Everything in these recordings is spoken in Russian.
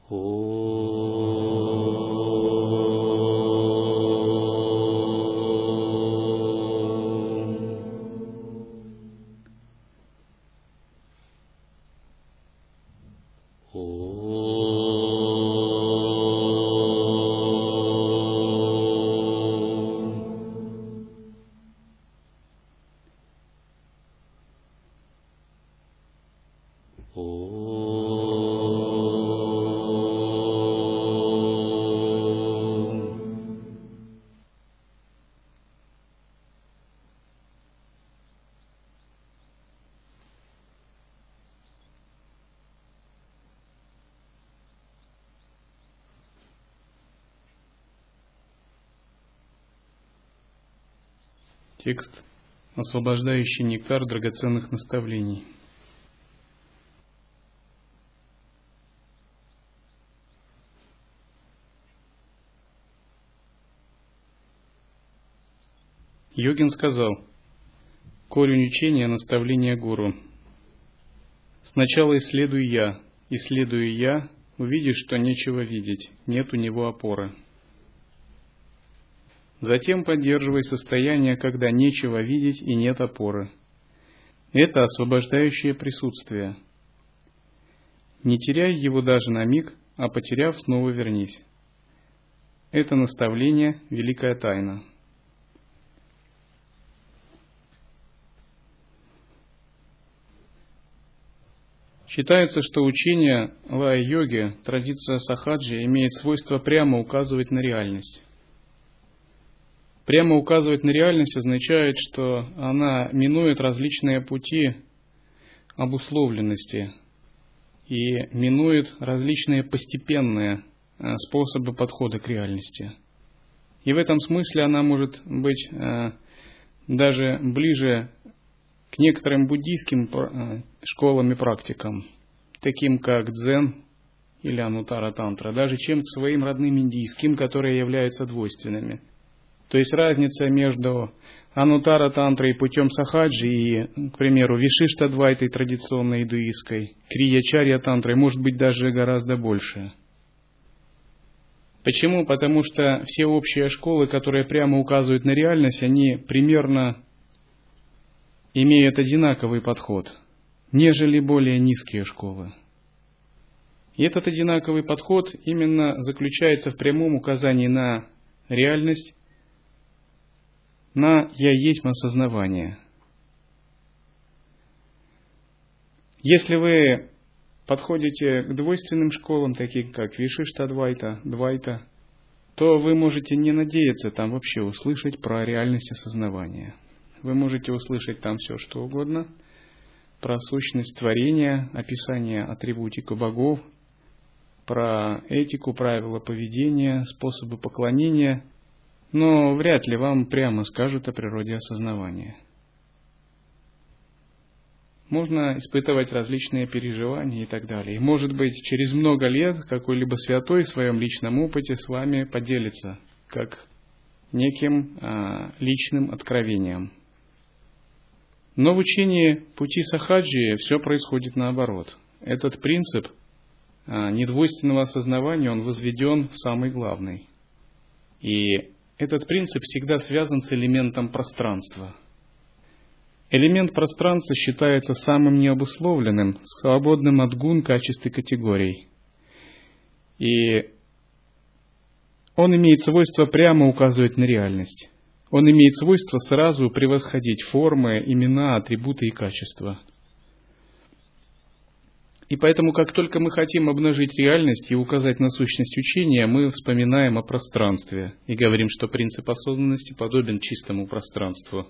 Текст, освобождающий нектар драгоценных наставлений. Йогин сказал: корень учения — наставление гуру. Сначала исследуй я, увидишь, что нечего видеть, нет у него опоры. Затем поддерживай состояние, когда нечего видеть и нет опоры. Это освобождающее присутствие. Не теряй его даже на миг, а потеряв, снова вернись. Это наставление — великая тайна. Считается, что учение лая-йоги, традиция сахаджи, имеет свойство прямо указывать на реальность. Прямо указывать на реальность означает, что она минует различные пути обусловленности и минует различные постепенные способы подхода к реальности. И в этом смысле она может быть даже ближе к некоторым буддийским школам и практикам, таким как дзен или анутара-тантра, даже чем к своим родным индийским, которые являются двойственными. То есть разница между анутара-тантрой путем сахаджи и, к примеру, вишишта-двайтой традиционной индуистской, крия-чарья-тантрой может быть даже гораздо больше. Почему? Потому что все общие школы, которые прямо указывают на реальность, они примерно имеют одинаковый подход, нежели более низкие школы. И этот одинаковый подход именно заключается в прямом указании на реальность, на «я есть осознавание». Если вы подходите к двойственным школам, таким как вишишта-двайта, двайта, то вы можете не надеяться там вообще услышать про реальность осознавания. Вы можете услышать там все, что угодно, про сущность творения, описание атрибутика богов, про этику, правила поведения, способы поклонения, но вряд ли вам прямо скажут о природе осознавания. Можно испытывать различные переживания и так далее. И, может быть, через много лет какой-либо святой в своем личном опыте с вами поделится, как неким личным откровением. Но в учении пути сахаджи все происходит наоборот. Этот принцип недвойственного осознавания, он возведен в самый главный. И этот принцип всегда связан с элементом пространства. Элемент пространства считается самым необусловленным, свободным от гун, качеств и категорий. И он имеет свойство прямо указывать на реальность. Он имеет свойство сразу превосходить формы, имена, атрибуты и качества. И поэтому, как только мы хотим обнажить реальность и указать на сущность учения, мы вспоминаем о пространстве и говорим, что принцип осознанности подобен чистому пространству.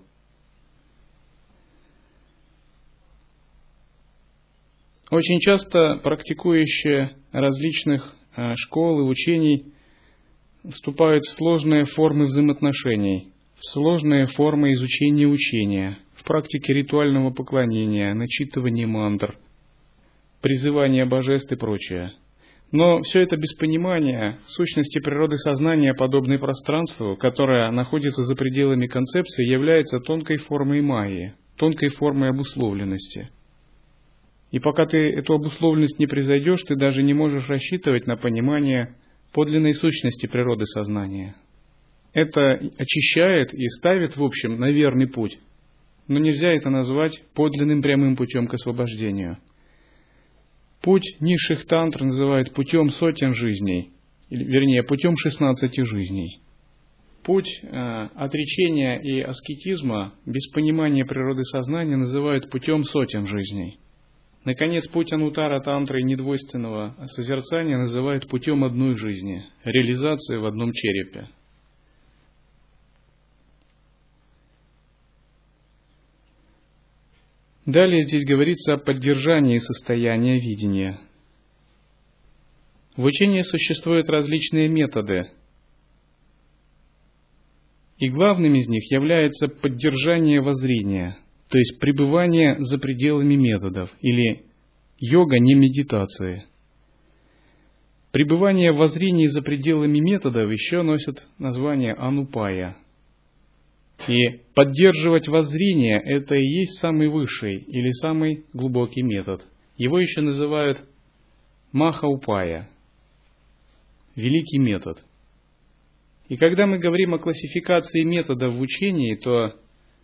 Очень часто практикующие различных школ и учений вступают в сложные формы взаимоотношений, в сложные формы изучения учения, в практике ритуального поклонения, начитывания мантр, призывания божеств и прочее. Но все это без понимания сущности природы сознания, подобной пространству, которое находится за пределами концепции, является тонкой формой майи, тонкой формой обусловленности. И пока ты эту обусловленность не произойдешь, ты даже не можешь рассчитывать на понимание подлинной сущности природы сознания. Это очищает и ставит, в общем, на верный путь. Но нельзя это назвать подлинным прямым путем к освобождению. Путь низших тантр называют путем сотен жизней, или, вернее, путем 16 жизней. Путь отречения и аскетизма без понимания природы сознания называют путем сотен жизней. Наконец, путь анутара тантры и недвойственного созерцания называют путем одной жизни, реализации в одном черепе. Далее здесь говорится о поддержании состояния видения. В учении существуют различные методы, и главным из них является поддержание воззрения, то есть пребывание за пределами методов, или йога не медитации. Пребывание в воззрении за пределами методов еще носит название анупая. И поддерживать воззрение – это и есть самый высший или самый глубокий метод. Его еще называют махаупая, великий метод. И когда мы говорим о классификации методов в учении, то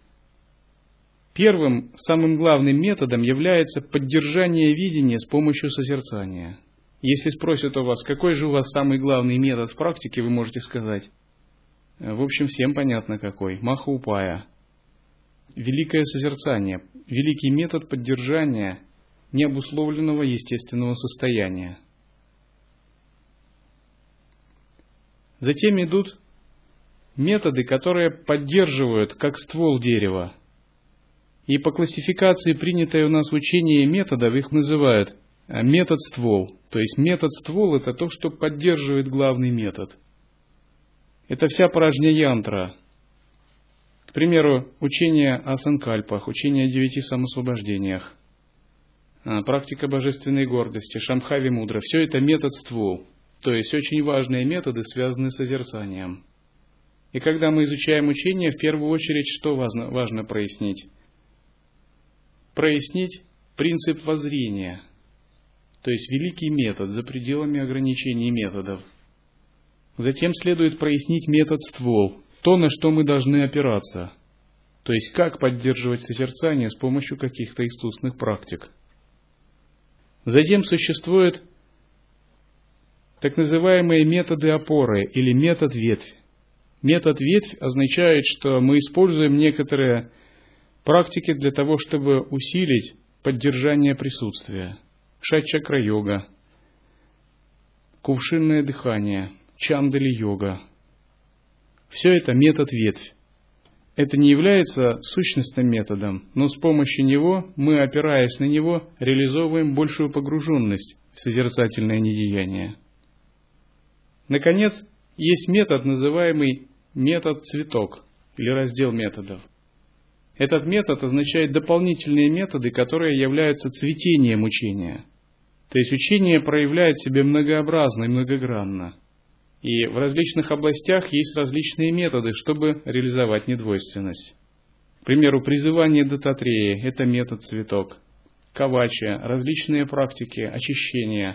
первым, самым главным методом является поддержание видения с помощью созерцания. Если спросят у вас, какой же у вас самый главный метод в практике, вы можете сказать, в общем, всем понятно какой. Махаупая. Великое созерцание. Великий метод поддержания необусловленного естественного состояния. Затем идут методы, которые поддерживают, как ствол дерева. И по классификации, принятой у нас в учении методов, их называют метод-ствол. То есть метод-ствол – это то, что поддерживает главный метод. Это вся праджня-янтра. К примеру, учение о санкальпах, учение о 9 самосвобождениях, практика божественной гордости, шамбхави-мудра. Все это метод-ствол. То есть очень важные методы, связанные с созерцанием. И когда мы изучаем учение, в первую очередь, что важно прояснить? Прояснить принцип воззрения. То есть великий метод за пределами ограничений методов. Затем следует прояснить метод-ствол, то, на что мы должны опираться. То есть как поддерживать созерцание с помощью каких-то искусственных практик. Затем существуют так называемые методы опоры или метод-ветвь. Метод-ветвь означает, что мы используем некоторые практики для того, чтобы усилить поддержание присутствия. Шат-чакра-йога, кувшинное дыхание, чандали-йога. Все это метод-ветвь. Это не является сущностным методом, но с помощью него мы, опираясь на него, реализовываем большую погруженность в созерцательное недеяние. Наконец, есть метод, называемый метод-цветок или раздел методов. Этот метод означает дополнительные методы, которые являются цветением учения. То есть учение проявляет себя многообразно и многогранно. И в различных областях есть различные методы, чтобы реализовать недвойственность. К примеру, призывание Дататрея – это метод-цветок. Кавача – различные практики очищения.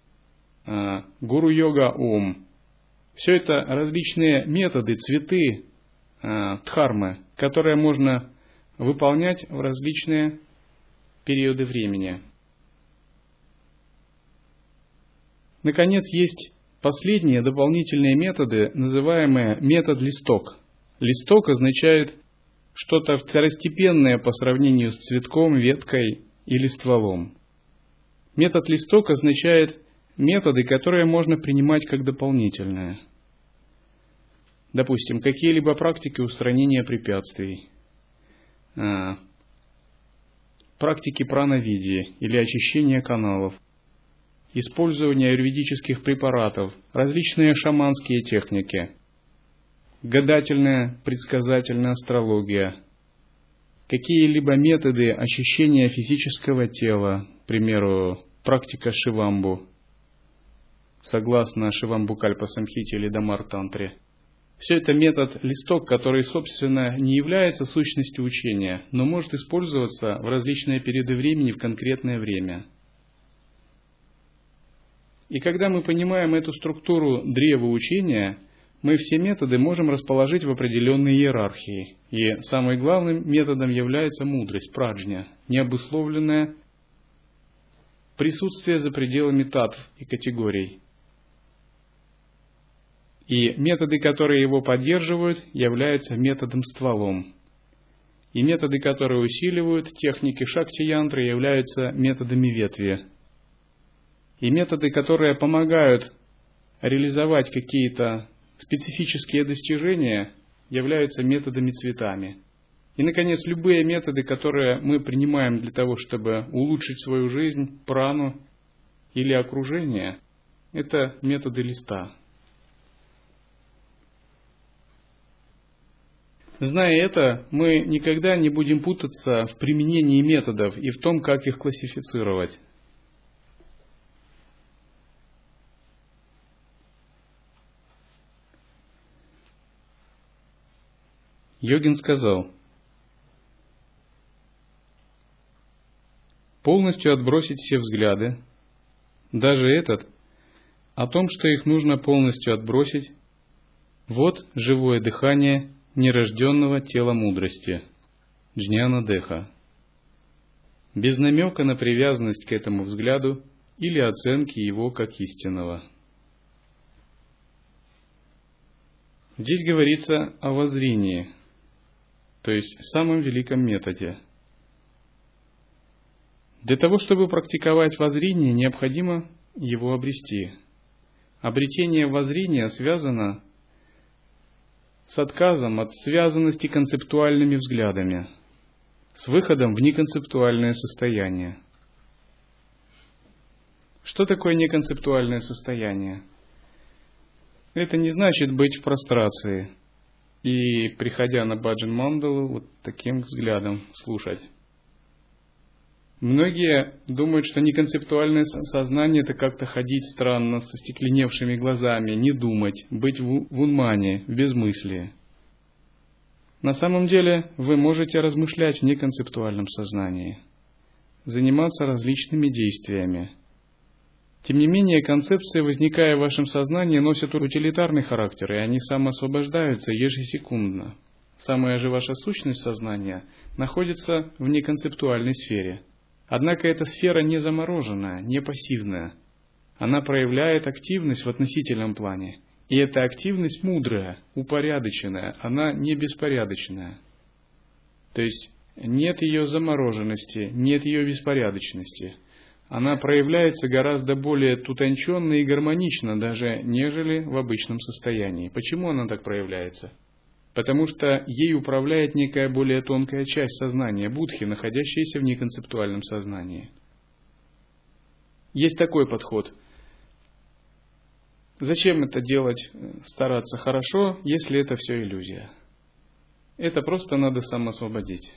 Гуру-йога Ом. Все это различные методы, цветы, дхармы, которые можно выполнять в различные периоды времени. Наконец, есть последние дополнительные методы, называемые метод-листок. Листок означает что-то второстепенное по сравнению с цветком, веткой или стволом. Метод-листок означает методы, которые можно принимать как дополнительные. Допустим, какие-либо практики устранения препятствий, практики пранавидии или очищения каналов, использование аюрведических препаратов, различные шаманские техники, гадательная, предсказательная астрология, какие-либо методы очищения физического тела, к примеру, практика шивамбу, согласно Шивамбу-кальпа-самхите или Дамар-тантре, Все это метод листок, который, собственно, не является сущностью учения, но может использоваться в различные периоды времени в конкретное время. И когда мы понимаем эту структуру древа учения, мы все методы можем расположить в определенной иерархии. И самым главным методом является мудрость, праджня, необусловленное присутствие за пределами татв и категорий. И методы, которые его поддерживают, являются методом стволом. И методы, которые усиливают техники шакти-янтры, являются методами ветви. И методы, которые помогают реализовать какие-то специфические достижения, являются методами цветами. И, наконец, любые методы, которые мы принимаем для того, чтобы улучшить свою жизнь, прану или окружение, это методы листа. Зная это, мы никогда не будем путаться в применении методов и в том, как их классифицировать. Йогин сказал: полностью отбросить все взгляды, даже этот, о том, что их нужно полностью отбросить, вот живое дыхание нерожденного тела мудрости, джняна-деха, без намека на привязанность к этому взгляду или оценки его как истинного. Здесь говорится о воззрении, то есть самом великом методе. Для того, чтобы практиковать воззрение, необходимо его обрести. Обретение воззрения связано с отказом от связанности концептуальными взглядами, с выходом в неконцептуальное состояние. Что такое неконцептуальное состояние? Это не значит быть в прострации и, приходя на баджан мандалу, вот таким взглядом слушать. Многие думают, что неконцептуальное сознание – это как-то ходить странно, со стекленевшими глазами, не думать, быть в унмане, в безмыслии. На самом деле вы можете размышлять в неконцептуальном сознании, заниматься различными действиями. Тем не менее, концепции, возникая в вашем сознании, носят утилитарный характер, и они самоосвобождаются ежесекундно. Самая же ваша сущность сознания находится в неконцептуальной сфере. Однако эта сфера не замороженная, не пассивная. Она проявляет активность в относительном плане. И эта активность мудрая, упорядоченная, она не беспорядочная. То есть нет ее замороженности, нет ее беспорядочности. Она проявляется гораздо более утонченно и гармонично даже, нежели в обычном состоянии. Почему она так проявляется? Потому что ей управляет некая более тонкая часть сознания будхи, находящаяся в неконцептуальном сознании. Есть такой подход. Зачем это делать, стараться хорошо, если это все иллюзия? Это просто надо самоосвободить.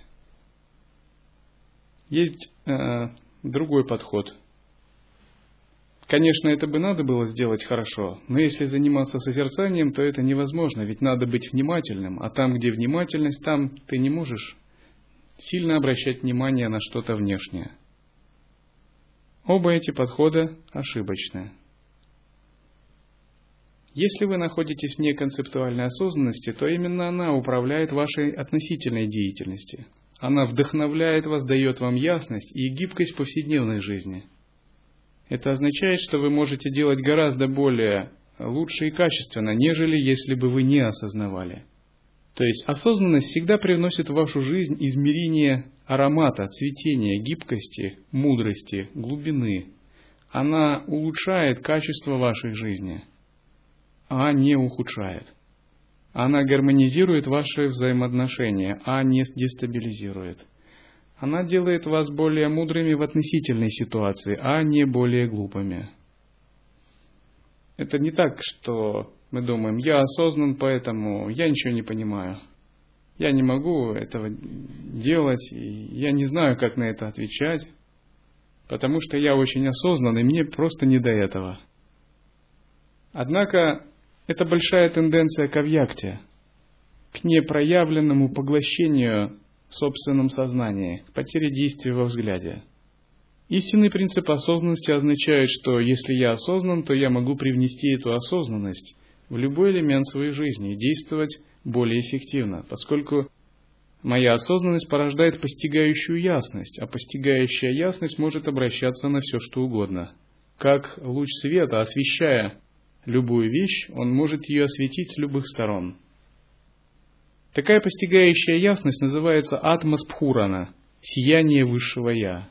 Есть другой подход. Конечно, это бы надо было сделать хорошо, но если заниматься созерцанием, то это невозможно, ведь надо быть внимательным, а там, где внимательность, там ты не можешь сильно обращать внимание на что-то внешнее. Оба эти подхода ошибочны. Если вы находитесь в неконцептуальной осознанности, то именно она управляет вашей относительной деятельностью. Она вдохновляет вас, дает вам ясность и гибкость в повседневной жизни. Это означает, что вы можете делать гораздо более лучше и качественно, нежели если бы вы не осознавали. То есть осознанность всегда привносит в вашу жизнь измерение аромата, цветения, гибкости, мудрости, глубины. Она улучшает качество вашей жизни, а не ухудшает. Она гармонизирует ваши взаимоотношения, а не дестабилизирует. Она делает вас более мудрыми в относительной ситуации, а не более глупыми. Это не так, что мы думаем: я осознан, поэтому я ничего не понимаю. Я не могу этого делать, и я не знаю, как на это отвечать, потому что я очень осознан, и мне просто не до этого. Однако Это большая тенденция к авьякте, к непроявленному поглощению в собственном сознании, к потере действия во взгляде. Истинный принцип осознанности означает, что если я осознан, то я могу привнести эту осознанность в любой элемент своей жизни и действовать более эффективно, поскольку моя осознанность порождает постигающую ясность, а постигающая ясность может обращаться на все, что угодно. Как луч света, освещая любую вещь, он может ее осветить с любых сторон. Такая постигающая ясность называется атма-спхурана, сияние высшего Я.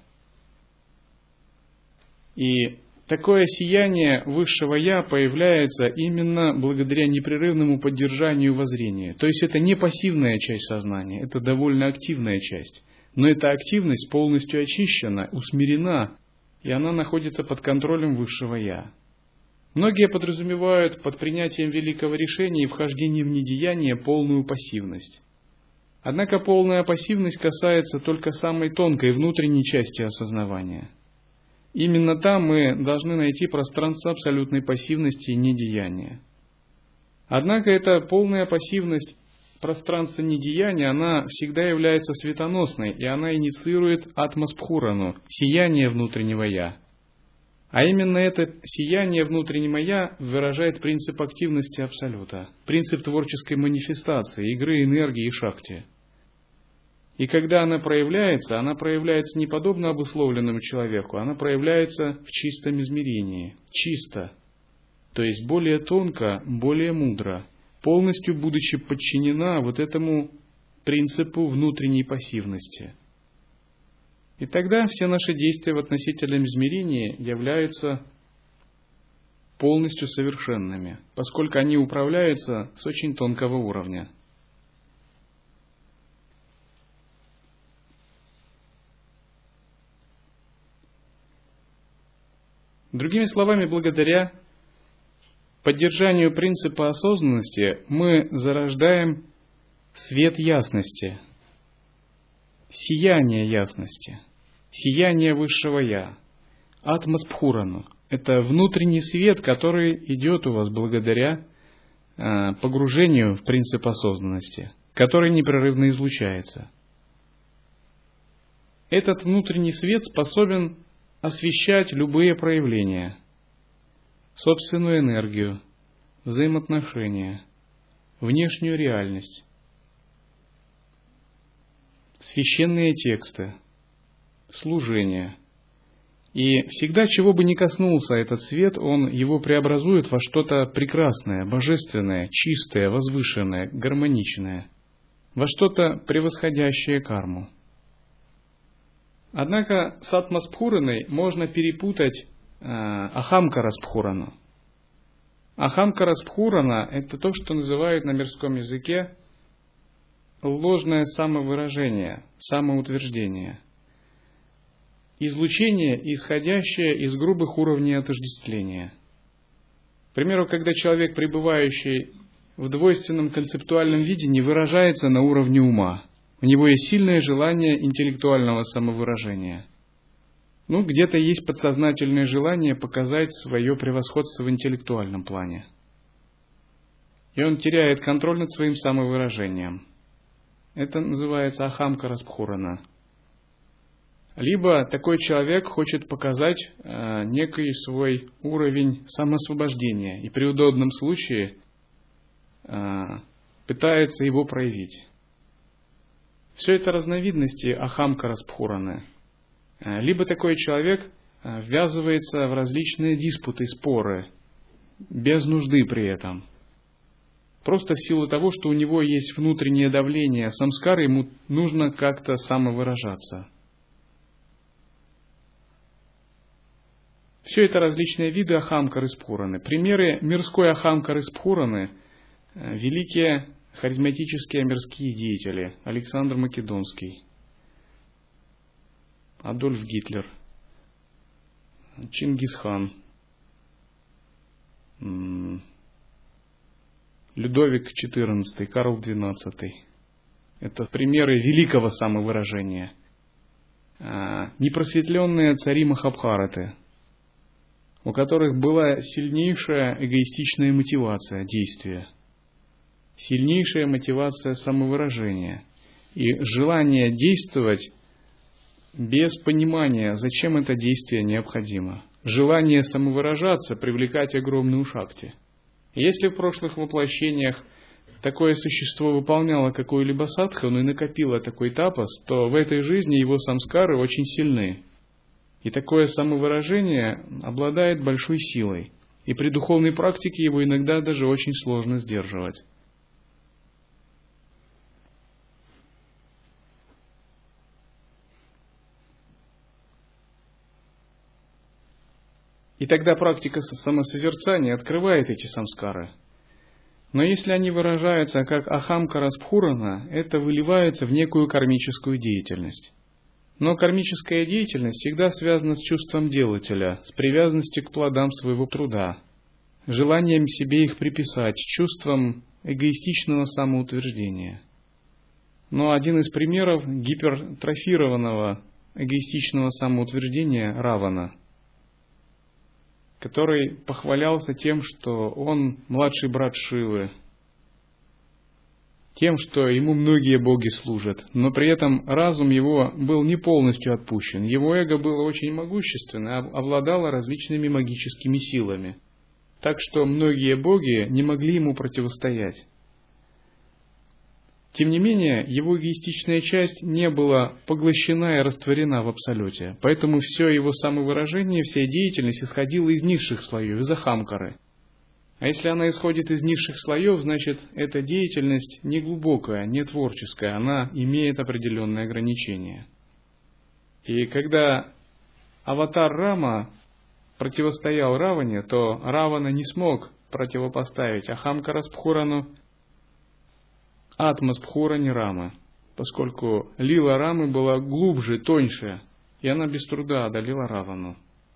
И такое сияние высшего Я появляется именно благодаря непрерывному поддержанию воззрения. То есть это не пассивная часть сознания, это довольно активная часть. Но эта активность полностью очищена, усмирена, и она находится под контролем высшего Я. Многие подразумевают под принятием великого решения и вхождением в недеяние полную пассивность. Однако полная пассивность касается только самой тонкой внутренней части осознавания. Именно там мы должны найти пространство абсолютной пассивности и недеяния. Однако эта полная пассивность пространства недеяния, она всегда является светоносной, и она инициирует атма-спхурану, сияние внутреннего Я. А именно это сияние внутреннего Я выражает принцип активности Абсолюта, принцип творческой манифестации, игры энергии и шакти. И когда она проявляется не подобно обусловленному человеку, она проявляется в чистом измерении, чисто, то есть более тонко, более мудро, полностью будучи подчинена вот этому принципу внутренней пассивности. И тогда все наши действия в относительном измерении являются полностью совершенными, поскольку они управляются с очень тонкого уровня. Другими словами, благодаря поддержанию принципа осознанности мы зарождаем свет ясности, сияние ясности, сияние высшего Я, атма-спхурану. Это внутренний свет, который идет у вас благодаря погружению в принцип осознанности, который непрерывно излучается. Этот внутренний свет способен освещать любые проявления, собственную энергию, взаимоотношения, внешнюю реальность, священные тексты, служение. И всегда, чего бы ни коснулся этот свет, он его преобразует во что-то прекрасное, божественное, чистое, возвышенное, гармоничное, во что-то превосходящее карму. Однако с атма-спхураной можно перепутать ахамкара-спхурану. Ахамкара-спхурана – это то, что называют на мирском языке ложное самовыражение, самоутверждение. Излучение, исходящее из грубых уровней отождествления. К примеру, когда человек, пребывающий в двойственном концептуальном видении, выражается на уровне ума. У него есть сильное желание интеллектуального самовыражения. Где-то есть подсознательное желание показать свое превосходство в интеллектуальном плане. И он теряет контроль над своим самовыражением. Это называется ахамкара-спхурана. Либо такой человек хочет показать некий свой уровень самоосвобождения и при удобном случае пытается его проявить. Все это разновидности ахамкара-спхураны. Либо такой человек ввязывается в различные диспуты, споры, без нужды при этом. Просто в силу того, что у него есть внутреннее давление самскары, ему нужно как-то самовыражаться. Все это различные виды ахамкары-спхураны. Примеры мирской ахамкары-спхураны – великие харизматические мирские деятели. Александр Македонский, Адольф Гитлер, Чингисхан, Людовик XIV, Карл XII. Это примеры великого самовыражения. Непросветленные цари Махабхараты. у которых была сильнейшая эгоистичная мотивация действия, сильнейшая мотивация самовыражения и желание действовать без понимания, зачем это действие необходимо. Желание самовыражаться, привлекать огромную шакти. Если в прошлых воплощениях такое существо выполняло какую-либо садхану и накопило такой тапас, то в этой жизни его самскары очень сильны. И такое самовыражение обладает большой силой. И при духовной практике его иногда даже очень сложно сдерживать. И тогда практика самосозерцания открывает эти самскары. Но если они выражаются как ахамкара спхурана, это выливается в некую кармическую деятельность. Но кармическая деятельность всегда связана с чувством делателя, с привязанностью к плодам своего труда, желанием себе их приписать, чувством эгоистичного самоутверждения. Но один из примеров гипертрофированного эгоистичного самоутверждения — Равана, который похвалялся тем, что он младший брат Шивы, тем, что ему многие боги служат, но при этом разум его был не полностью отпущен. Его эго было очень могущественно, обладало различными магическими силами, так что многие боги не могли ему противостоять. Тем не менее, его эгоистичная часть не была поглощена и растворена в абсолюте, поэтому все его самовыражение, вся деятельность исходила из низших слоев, из ахамкары. А если она исходит из низших слоев, значит, эта деятельность не глубокая, не творческая, она имеет определенные ограничения. И когда аватар Рама противостоял Раване, то Равана не смог противопоставить ахамкара спхурану Атма Спхурани Рамы, поскольку лила Рамы была глубже, тоньше, и она без труда одолела Равану.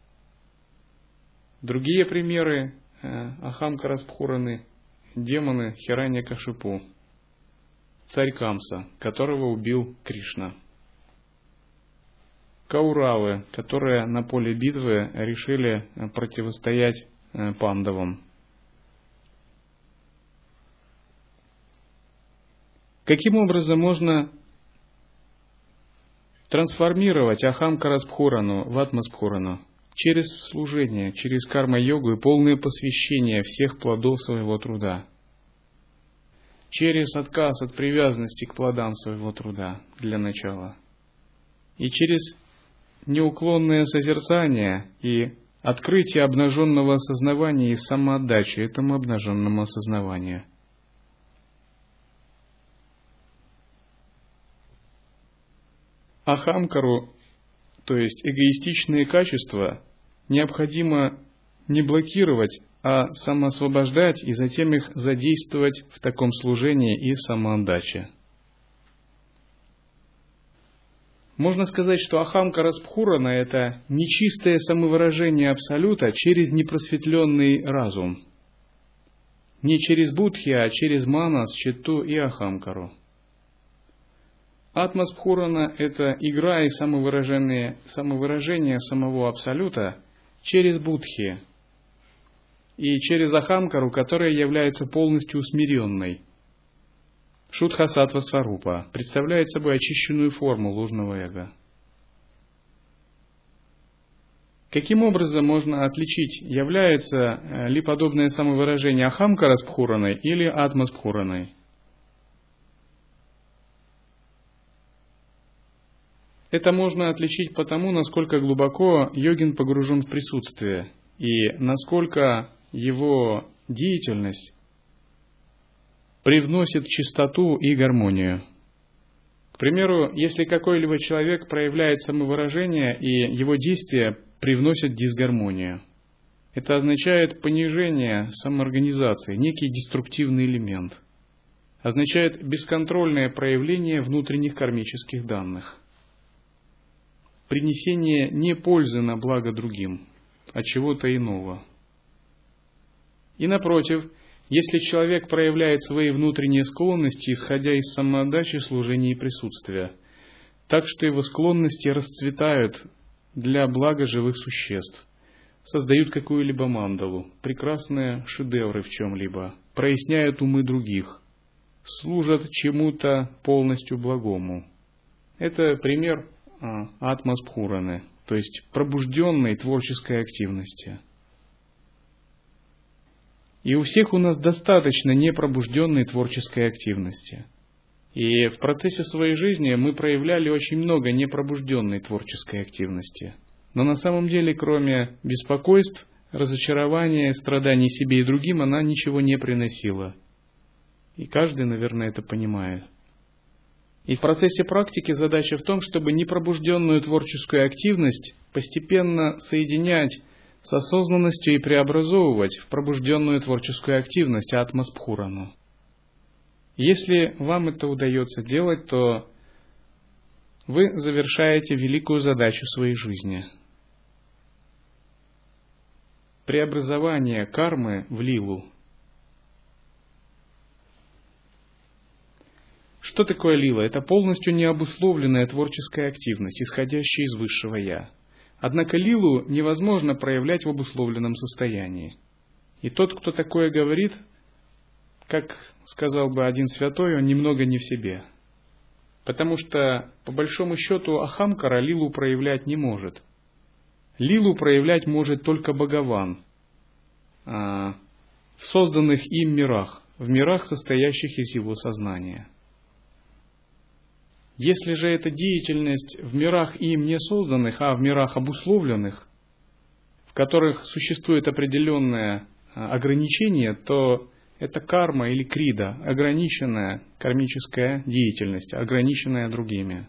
Другие примеры Ахамкара Спхураны — демоны Хираньякашипу, царь Камса, которого убил Кришна. Кауравы, которые на поле битвы решили противостоять пандавам. Каким образом можно трансформировать Ахамкара Спхурану в Атма Спхурану? Через служение, через карма-йогу и полное посвящение всех плодов своего труда. Через отказ от привязанности к плодам своего труда для начала. И через неуклонное созерцание и открытие обнаженного осознавания и самоотдачи этому обнаженному осознаванию. Ахамкару, то есть эгоистичные качества, необходимо не блокировать, а самоосвобождать и затем их задействовать в таком служении и самоотдаче. Можно сказать, что Ахамкара Спхурана — это нечистое самовыражение Абсолюта через непросветленный разум. Не через Будхи, а через Манас, Читту и Ахамкару. Атма Спхурана — это игра и самовыражение самого Абсолюта через Будхи и через Ахамкару, которая является полностью усмиренной. Шудха-саттва сварупа представляет собой очищенную форму ложного эго. Каким образом можно отличить, является ли подобное самовыражение Ахамкара Спхураной или Атма Спхураной? Это можно отличить по тому, насколько глубоко йогин погружен в присутствие и насколько его деятельность привносит чистоту и гармонию. К примеру, если какой-либо человек проявляет самовыражение и его действия привносят дисгармонию, это означает понижение самоорганизации, некий деструктивный элемент, означает бесконтрольное проявление внутренних кармических данных. Принесение не пользы на благо другим, а чего-то иного. И напротив, если человек проявляет свои внутренние склонности, исходя из самоотдачи, служения и присутствия, так что его склонности расцветают для блага живых существ, создают какую-либо мандалу, прекрасные шедевры в чем-либо, проясняют умы других, служат чему-то полностью благому. Это пример атма-спхураны, то есть пробужденной творческой активности. И у всех у нас достаточно непробужденной творческой активности. И в процессе своей жизни мы проявляли очень много непробужденной творческой активности. Но на самом деле, кроме беспокойств, разочарования, страданий себе и другим, она ничего не приносила. И каждый, наверное, это понимает. И в процессе практики задача в том, чтобы непробужденную творческую активность постепенно соединять с осознанностью и преобразовывать в пробужденную творческую активность атма-спхурану. Если вам это удается делать, то вы завершаете великую задачу своей жизни. Преобразование кармы в лилу. Что такое лила? Это полностью необусловленная творческая активность, исходящая из высшего Я. Однако лилу невозможно проявлять в обусловленном состоянии. И тот, кто такое говорит, как сказал бы один святой, он немного не в себе. Потому что, по большому счету, Ахамкара лилу проявлять не может. Лилу проявлять может только Бхагаван в созданных им мирах, в мирах, состоящих из его сознания. Если же эта деятельность в мирах им не созданных, а в мирах обусловленных, в которых существует определенное ограничение, то это карма или крида, ограниченная кармическая деятельность, ограниченная другими.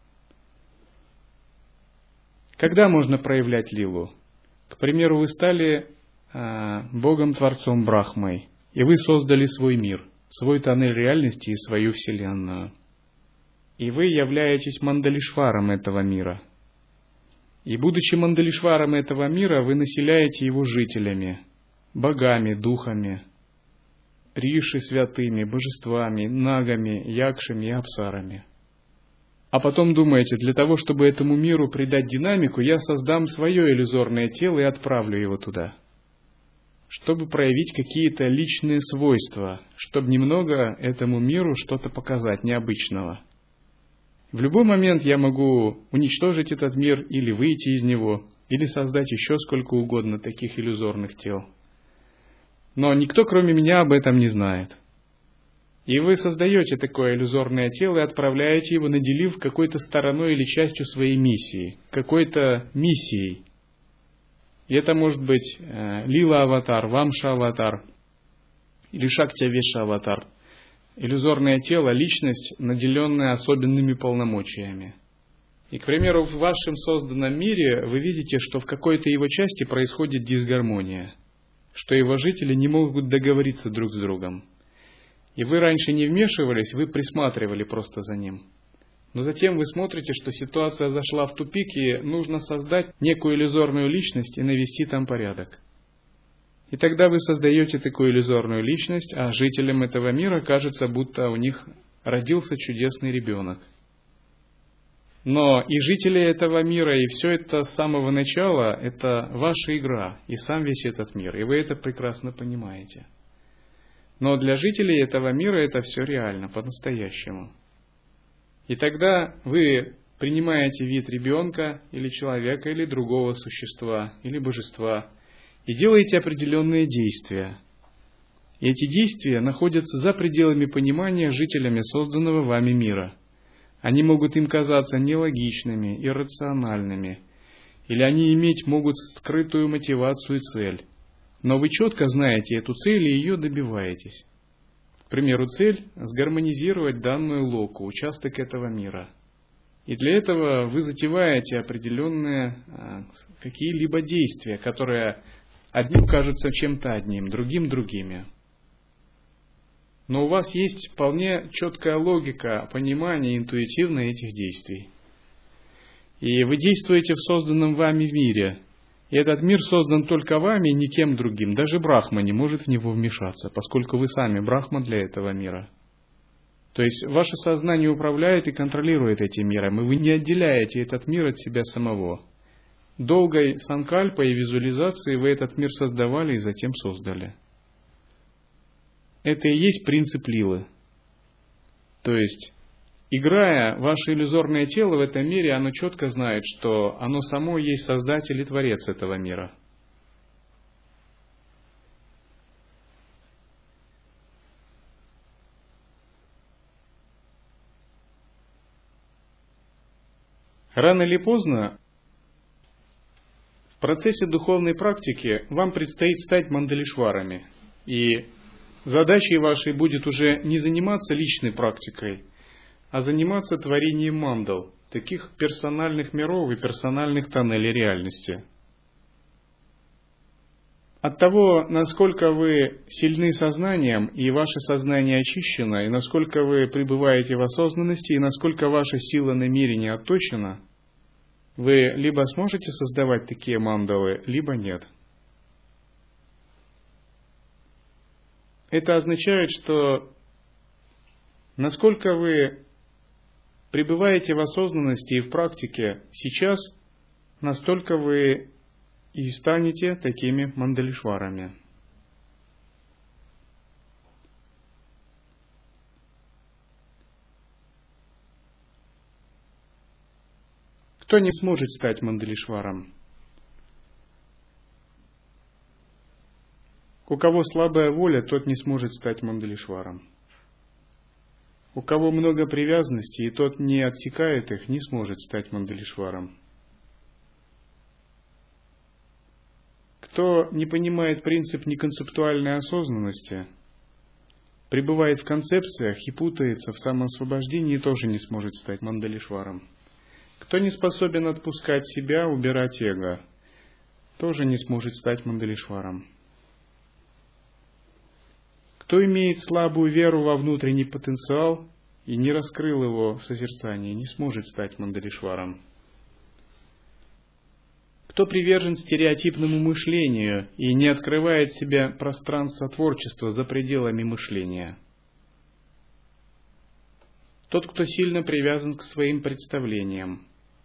Когда можно проявлять лилу? К примеру, вы стали Богом-творцом Брахмой, и вы создали свой мир, свой тоннель реальности и свою вселенную. И вы являетесь Мандалишваром этого мира. И будучи Мандалишваром этого мира, вы населяете его жителями, богами, духами, риши святыми, божествами, нагами, якшами и апсарами. А потом думаете, для того, чтобы этому миру придать динамику, я создам свое иллюзорное тело и отправлю его туда, чтобы проявить какие-то личные свойства, чтобы немного этому миру что-то показать необычного. В любой момент я могу уничтожить этот мир или выйти из него, или создать еще сколько угодно таких иллюзорных тел. Но никто, кроме меня, об этом не знает. И вы создаете такое иллюзорное тело и отправляете его, наделив какой-то стороной или частью своей миссии, какой-то миссией. И это может быть лила-аватар, вамша-аватар или шактя-веша-аватар. Иллюзорное тело – личность, наделенная особенными полномочиями. И, к примеру, в вашем созданном мире вы видите, что в какой-то его части происходит дисгармония, что его жители не могут договориться друг с другом. И вы раньше не вмешивались, вы присматривали просто за ним. Но затем вы смотрите, что ситуация зашла в тупик, и нужно создать некую иллюзорную личность и навести там порядок. И тогда вы создаете такую иллюзорную личность, а жителям этого мира кажется, будто у них родился чудесный ребенок. Но и жители этого мира, и все это с самого начала, это ваша игра, и сам весь этот мир, и вы это прекрасно понимаете. Но для жителей этого мира это все реально, по-настоящему. И тогда вы принимаете вид ребенка, или человека, или другого существа, или божества, и делаете определенные действия. И эти действия находятся за пределами понимания жителями созданного вами мира. Они могут им казаться нелогичными, иррациональными, или они иметь могут скрытую мотивацию и цель. Но вы четко знаете эту цель и ее добиваетесь. К примеру, цель – сгармонизировать данную локу, участок этого мира. И для этого вы затеваете определенные какие-либо действия, которые одним кажутся чем-то одним, другим другими. Но у вас есть вполне четкая логика, понимание интуитивное этих действий. И вы действуете в созданном вами мире. И этот мир создан только вами и никем другим. Даже Брахма не может в него вмешаться, поскольку вы сами Брахма для этого мира. То есть ваше сознание управляет и контролирует этим миром, и вы не отделяете этот мир от себя самого. долгой санкальпой и визуализацией вы этот мир создавали и затем создали. Это и есть принцип лилы. То есть, играя ваше иллюзорное тело в этом мире, оно четко знает, что оно само есть создатель и творец этого мира. Рано или поздно в процессе духовной практики вам предстоит стать мандалишварами. И задачей вашей будет уже не заниматься личной практикой, а заниматься творением мандал, таких персональных миров и персональных тоннелей реальности. От того, насколько вы сильны сознанием, и ваше сознание очищено, и насколько вы пребываете в осознанности, и насколько ваша сила намерения отточена, вы либо сможете создавать такие мандалы, либо нет. Это означает, что насколько вы пребываете в осознанности и в практике сейчас, настолько вы и станете такими мандалишварами. Кто не сможет стать мандалишваром? У кого слабая воля, тот не сможет стать мандалишваром. У кого много привязанностей, и тот не отсекает их, не сможет стать мандалишваром. Кто не понимает принцип неконцептуальной осознанности, пребывает в концепциях и путается в самоосвобождении, тоже не сможет стать мандалишваром. Кто не способен отпускать себя, убирать эго, тоже не сможет стать мандалишваром. Кто имеет слабую веру во внутренний потенциал и не раскрыл его в созерцании, не сможет стать мандалишваром. Кто привержен стереотипному мышлению и не открывает себе пространство творчества за пределами мышления. Тот, кто сильно привязан к своим представлениям.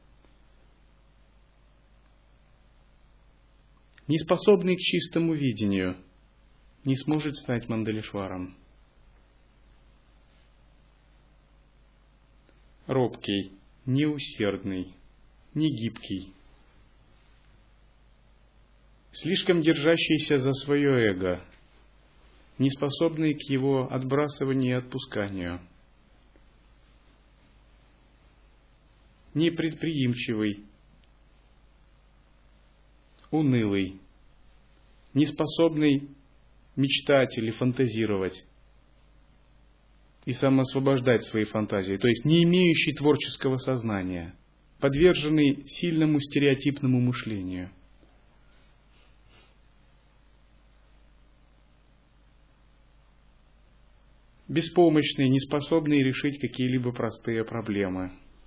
Не способный к чистому видению, не сможет стать мандалишваром. Робкий, неусердный, негибкий, слишком держащийся за свое эго, не способный к его отбрасыванию и отпусканию, непредприимчивый, унылый, не способный мечтать или фантазировать и самоосвобождать свои фантазии, то есть не имеющий творческого сознания, подверженный сильному стереотипному мышлению. Беспомощный, не способный решить какие-либо простые проблемы.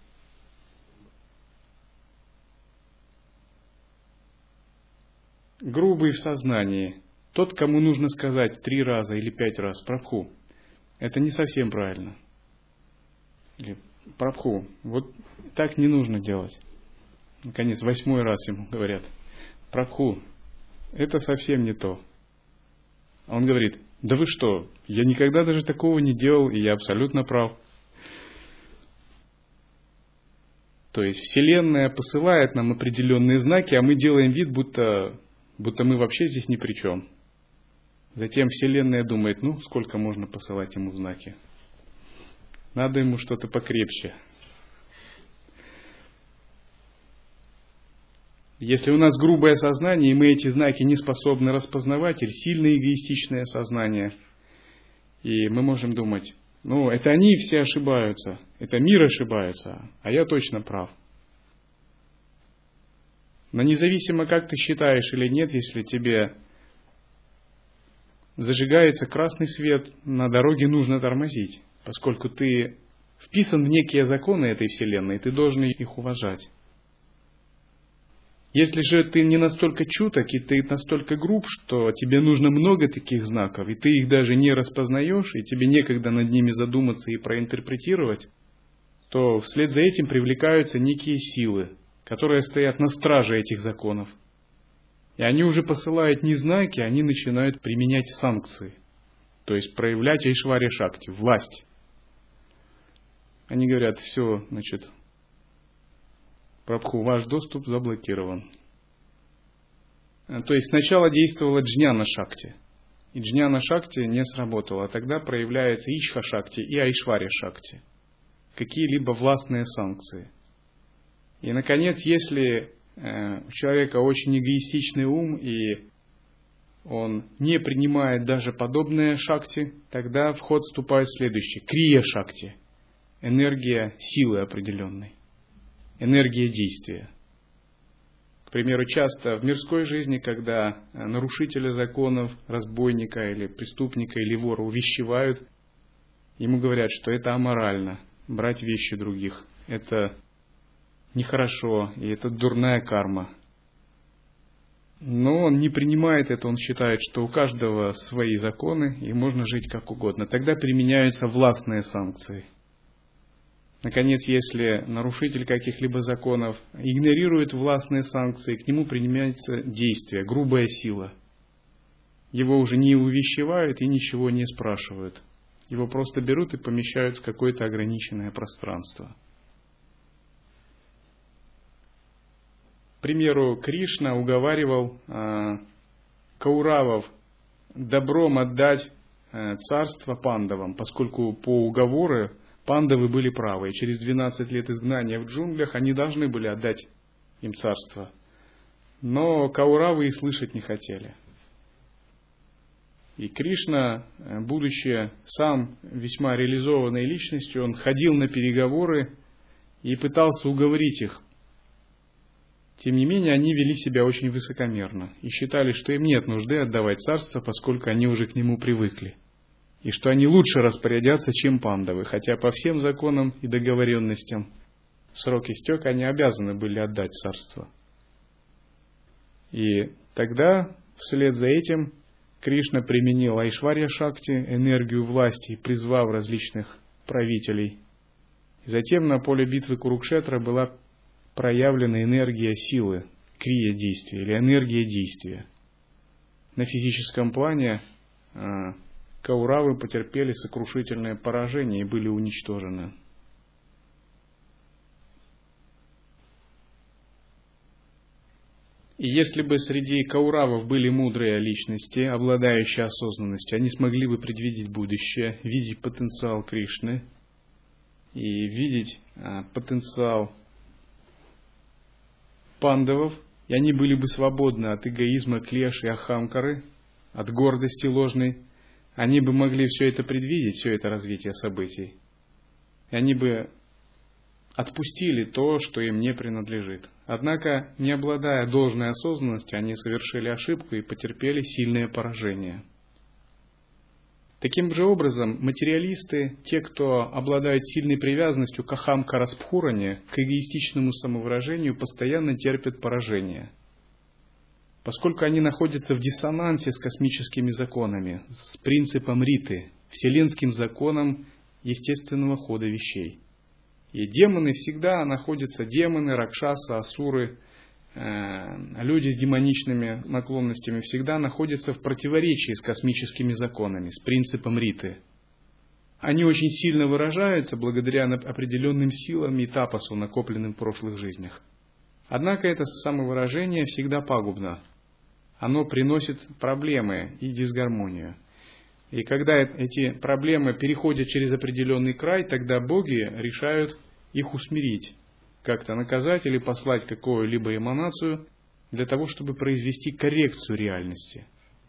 Грубый в сознании. Тот, кому нужно сказать 3 раза или 5 раз «Прабху». Это не совсем правильно. Или «Прабху». Вот так не нужно делать. Наконец, 8-й раз ему говорят «Прабху». Это совсем не то. А он говорит: да вы что, я никогда даже такого не делал, и я абсолютно прав. То есть Вселенная посылает нам определенные знаки, а мы делаем вид, будто мы вообще здесь ни при чем. Затем Вселенная думает: ну, сколько можно посылать ему знаки? Надо ему что-то покрепче. Если у нас грубое сознание, и мы эти знаки не способны распознавать, или сильно эгоистичное сознание, и мы можем думать: ну, это они все ошибаются, это мир ошибается, а я точно прав. Но независимо, как ты считаешь или нет, если тебе зажигается красный свет, на дороге нужно тормозить, поскольку ты вписан в некие законы этой Вселенной, и ты должен их уважать. Если же ты не настолько чуток, и ты настолько груб, что тебе нужно много таких знаков, и ты их даже не распознаешь, и тебе некогда над ними задуматься и проинтерпретировать, то вслед за этим привлекаются некие силы, которые стоят на страже этих законов. И они уже посылают не знаки, они начинают применять санкции. То есть проявлять Айшварья Шакти, власть. Они говорят, все, значит, Прабху, ваш доступ заблокирован. То есть сначала действовала Джняна Шакти. И Джняна Шакти не сработала. А тогда проявляется Ичха Шакти и Айшварья Шакти. Какие-либо властные санкции. И, наконец, если у человека очень эгоистичный ум, и он не принимает даже подобные шакти, тогда в ход вступает следующее. Крия Шакти. Энергия силы определенной. Энергия действия. К примеру, часто в мирской жизни, когда нарушителя законов, разбойника или преступника или вора увещевают, ему говорят, что это аморально, брать вещи других. Это нехорошо, и это дурная карма. Но он не принимает это, он считает, что у каждого свои законы, и можно жить как угодно. Тогда применяются властные санкции. Наконец, если нарушитель каких-либо законов игнорирует властные санкции, к нему применяется действие, грубая сила. Его уже не увещевают и ничего не спрашивают. Его просто берут и помещают в какое-то ограниченное пространство. К примеру, Кришна уговаривал Кауравов добром отдать царство пандавам, поскольку по уговору пандавы были правы, и через 12 лет изгнания в джунглях они должны были отдать им царство. Но Кауравы и слышать не хотели. И Кришна, будучи сам весьма реализованной личностью, он ходил на переговоры и пытался уговорить их. Тем не менее, они вели себя очень высокомерно и считали, что им нет нужды отдавать царство, поскольку они уже к нему привыкли. И что они лучше распорядятся, чем пандавы, хотя по всем законам и договоренностям срок истек, они обязаны были отдать царство. И тогда, вслед за этим, Кришна применил Айшварья Шакти, энергию власти, призвав различных правителей. И затем на поле битвы Курукшетра была проявлена энергия силы, крия действия или энергия действия. На физическом плане Кауравы потерпели сокрушительное поражение и были уничтожены. И если бы среди Кауравов были мудрые личности, обладающие осознанностью, они смогли бы предвидеть будущее, видеть потенциал Кришны и видеть потенциал пандавов, и они были бы свободны от эгоизма, клеши и ахамкары, от гордости ложной. Они бы могли все это предвидеть, все это развитие событий. И они бы отпустили то, что им не принадлежит. Однако, не обладая должной осознанностью, они совершили ошибку и потерпели сильное поражение. Таким же образом, материалисты, те, кто обладают сильной привязанностью к ахамкара-спхуране, к эгоистичному самовыражению, постоянно терпят поражение. Поскольку они находятся в диссонансе с космическими законами, с принципом Риты, вселенским законом естественного хода вещей. И демоны всегда находятся, демоны, ракшасы, асуры, люди с демоничными наклонностями всегда находятся в противоречии с космическими законами, с принципом Риты. Они очень сильно выражаются благодаря определенным силам и тапасу, накопленным в прошлых жизнях. Однако это самовыражение всегда пагубно. Оно приносит проблемы и дисгармонию. И когда эти проблемы переходят через определенный край, тогда боги решают их усмирить, как-то наказать или послать какую-либо эманацию для того, чтобы произвести коррекцию реальности.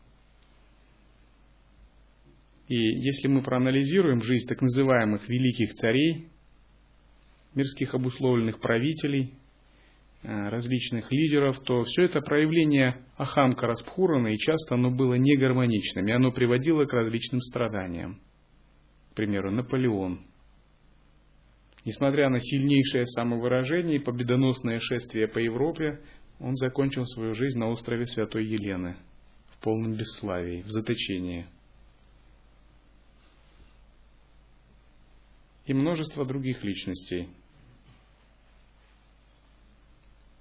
И если мы проанализируем жизнь так называемых великих царей, мирских обусловленных правителей, различных лидеров, то все это проявление ахамкара спхурана, и часто оно было не гармоничным, и оно приводило к различным страданиям. К примеру, Наполеон. Несмотря на сильнейшее самовыражение и победоносное шествие по Европе, он закончил свою жизнь на острове Святой Елены, в полном бесславии, в заточении. И множество других личностей.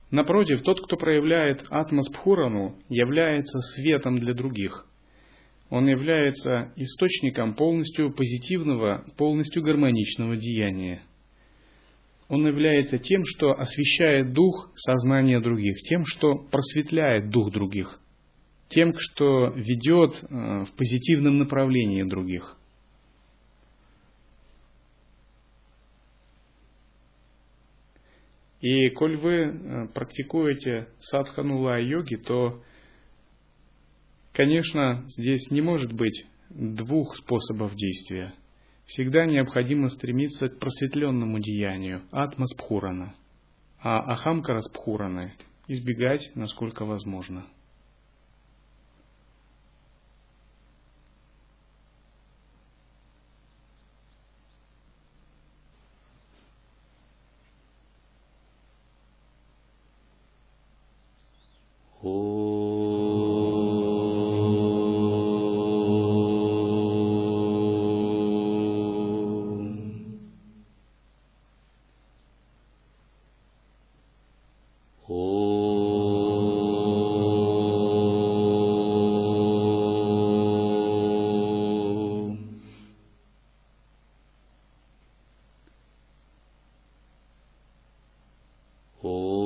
Напротив, тот, кто проявляет атмаспхурану, является светом для других. Он является источником полностью позитивного, полностью гармоничного деяния. Он является тем, что освещает дух сознания других, тем, что просветляет дух других, тем, что ведет в позитивном направлении других. И коль вы практикуете садханула-йоги, то, конечно, здесь не может быть двух способов действия. Всегда необходимо стремиться к просветленному деянию, атмаспхурана, а ахамкараспхураны избегать, насколько возможно. Oh.